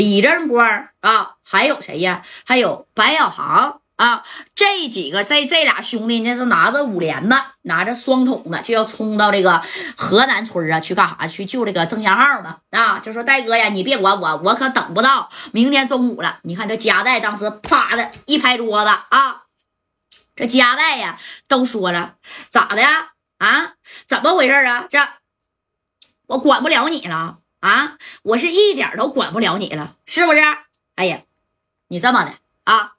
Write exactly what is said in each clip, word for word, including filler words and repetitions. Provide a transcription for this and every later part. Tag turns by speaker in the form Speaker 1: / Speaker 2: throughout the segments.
Speaker 1: 李正光啊，还有谁呀？还有白小航。啊，这几个这这俩兄弟呢是拿着五连的，拿着双筒的，就要冲到这个河南村啊去干啥？去救这个郑祥浩嘛！啊，就说戴哥呀，你别管我，我可等不到明天中午了。你看这夹带当时啪的一拍桌子啊，这夹带呀都说了，咋的呀？啊，怎么回事啊？这我管不了你了啊！我是一点都管不了你了，是不是？哎呀，你这么的啊！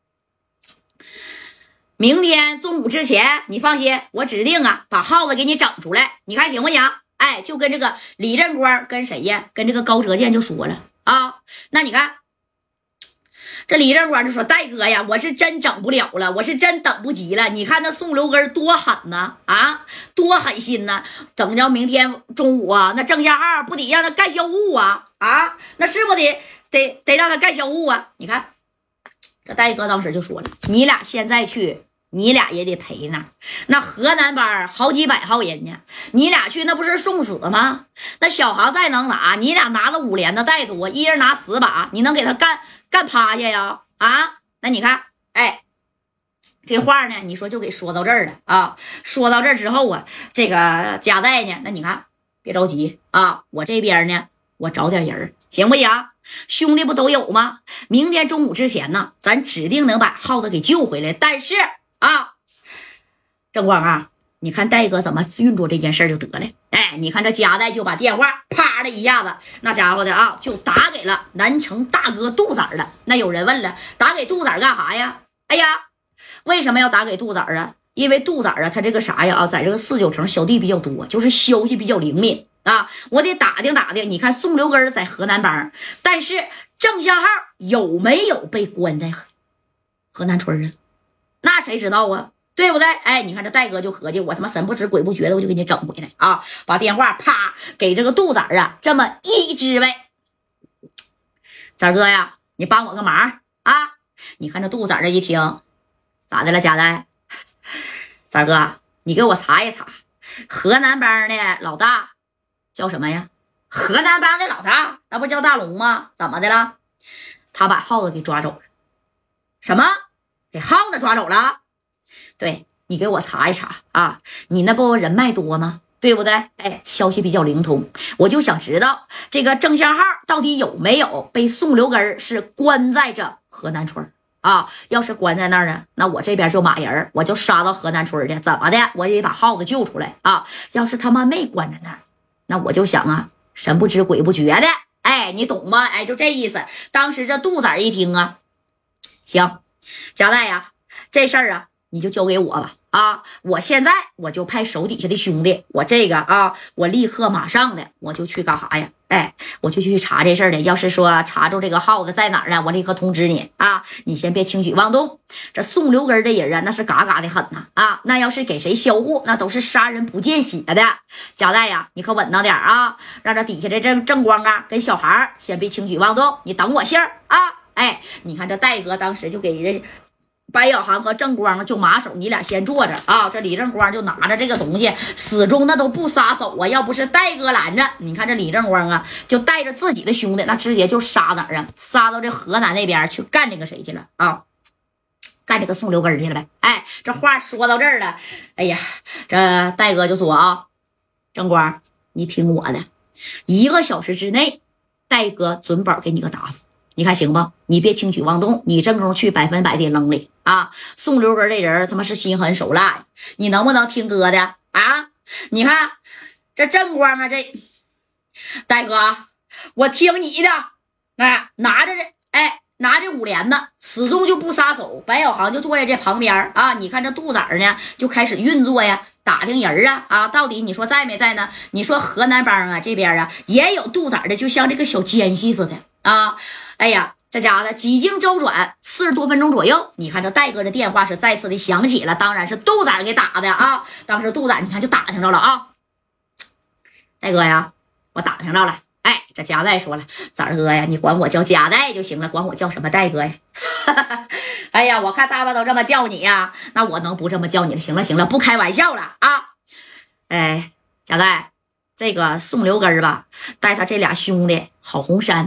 Speaker 1: 明天中午之前，你放心，我指定啊把耗子给你整出来，你看行不行？哎，就跟这个李正光跟谁呀？跟这个高哲健就说了啊。那你看，这李正光就说：“戴哥呀，我是真整不了了，我是真等不及了。你看那宋留根多狠呐，啊，多狠心呐！等着明天中午啊，那郑祥浩不得让他干销户啊？啊，那是不得得得让他干销户啊？你看，这戴哥当时就说了，你俩现在去。”你俩也得赔呢，那河南班好几百号人呢，你俩去那不是送死吗？那小航再能打，你俩拿了五连的带多，一人拿十把，你能给他干干趴下呀？啊，那你看，哎，这话呢，你说就给说到这儿了啊。说到这儿之后啊，这个夹带呢，那你看别着急啊，我这边呢，我找点人，行不行？兄弟不都有吗？明天中午之前呢，咱指定能把耗子给救回来，但是。啊，正光啊，你看戴哥怎么运作这件事就得了。哎，你看这夹带就把电话啪的一下子，那家伙的啊，就打给了南城大哥杜仔了。那有人问了，打给杜仔干啥呀？哎呀，为什么要打给杜仔啊？因为杜仔啊，他这个啥呀啊，在这个四九城小弟比较多，就是消息比较灵敏啊，我得打听打听。你看宋留根在河南帮，但是郑祥浩有没有被关在河南村啊？那谁知道啊，对不对？哎，你看这戴哥就合计，我他妈神不知鬼不觉的，我就给你整回来啊！把电话啪给这个杜仔啊，这么一支呗。仔哥呀，你帮我个忙啊！你看这杜仔这一听，咋的了？贾代，仔哥，你给我查一查，河南帮的老大叫什么呀？河南帮的老大，那不叫大龙吗？怎么的了？他把耗子给抓走了。什么？给耗子抓走了？对，你给我查一查啊！你那不人脉多吗？对不对？哎，消息比较灵通，我就想知道这个郑祥浩到底有没有被宋留根是关在这河南村啊？要是关在那儿呢，那我这边就马人，我就杀到河南村去，怎么的？我也把耗子救出来啊！要是他妈没关在那儿，那我就想啊，神不知鬼不觉的，哎，你懂吗？哎，就这意思。当时这杜仔一听啊，行。贾代呀，这事儿啊，你就交给我吧啊！我现在我就派手底下的兄弟，我这个啊，我立刻马上的我就去干啥呀？哎，我就去查这事儿的。要是说查住这个耗子在哪儿呢，我立刻通知你啊！你先别轻举妄动。这宋留根的人啊，那是嘎嘎的狠呐啊！那要是给谁销户，那都是杀人不见血的。贾代呀，你可稳当点啊！让这底下的正正光啊跟小孩先别轻举妄动，你等我信儿啊！哎，你看这戴哥当时就给人白小航和正光就马手，你俩先坐着啊！这李正光就拿着这个东西，始终那都不撒手啊！要不是戴哥拦着，你看这李正光啊，就带着自己的兄弟，那直接就杀哪儿啊？杀到这河南那边去干这个谁去了啊？干这个宋留根去了呗！哎，这话说到这儿了，哎呀，这戴哥就说啊，正光，你听我的，一个小时之内，戴哥准保给你个答复。你看行不？你别轻举妄动，你正中去百分百的扔里啊！宋留根这人他妈是心狠手辣呀，你能不能听哥的啊？你看这正光啊，这大哥，我听你的，哎，拿着这哎拿着五连的，始终就不撒手。白小航就坐在这旁边啊，你看这杜仔呢就开始运作呀，打听人啊啊，到底你说在没在呢？你说河南帮啊这边啊也有杜仔的，就像这个小奸细似的啊。哎呀，这家伙几经周转，四十多分钟左右，你看这戴哥的电话是再次的响起了，当然是杜仔给打的啊。当时杜仔你看就打听着了啊，戴哥呀，我打听着了。哎，这夹带说了，崽儿哥呀，你管我叫夹带就行了，管我叫什么戴哥呀？哎呀，我看大家都这么叫你呀，那我能不这么叫你了？行了行了，不开玩笑了啊。哎，夹带，这个宋留根吧，带他这俩兄弟郝红山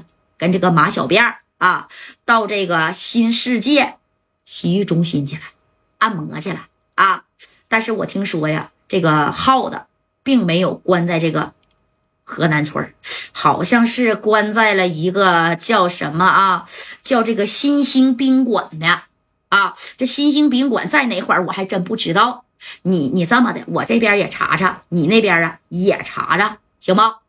Speaker 1: 跟这个马小辫啊，到这个新世界洗浴中心去了，按摩去了啊。但是我听说呀，这个耗子并没有关在这个河南村，好像是关在了一个叫什么啊，叫这个新兴宾馆的啊。这新兴宾馆在哪块儿我还真不知道。你你这么的，我这边也查查，你那边啊也查查，行吗？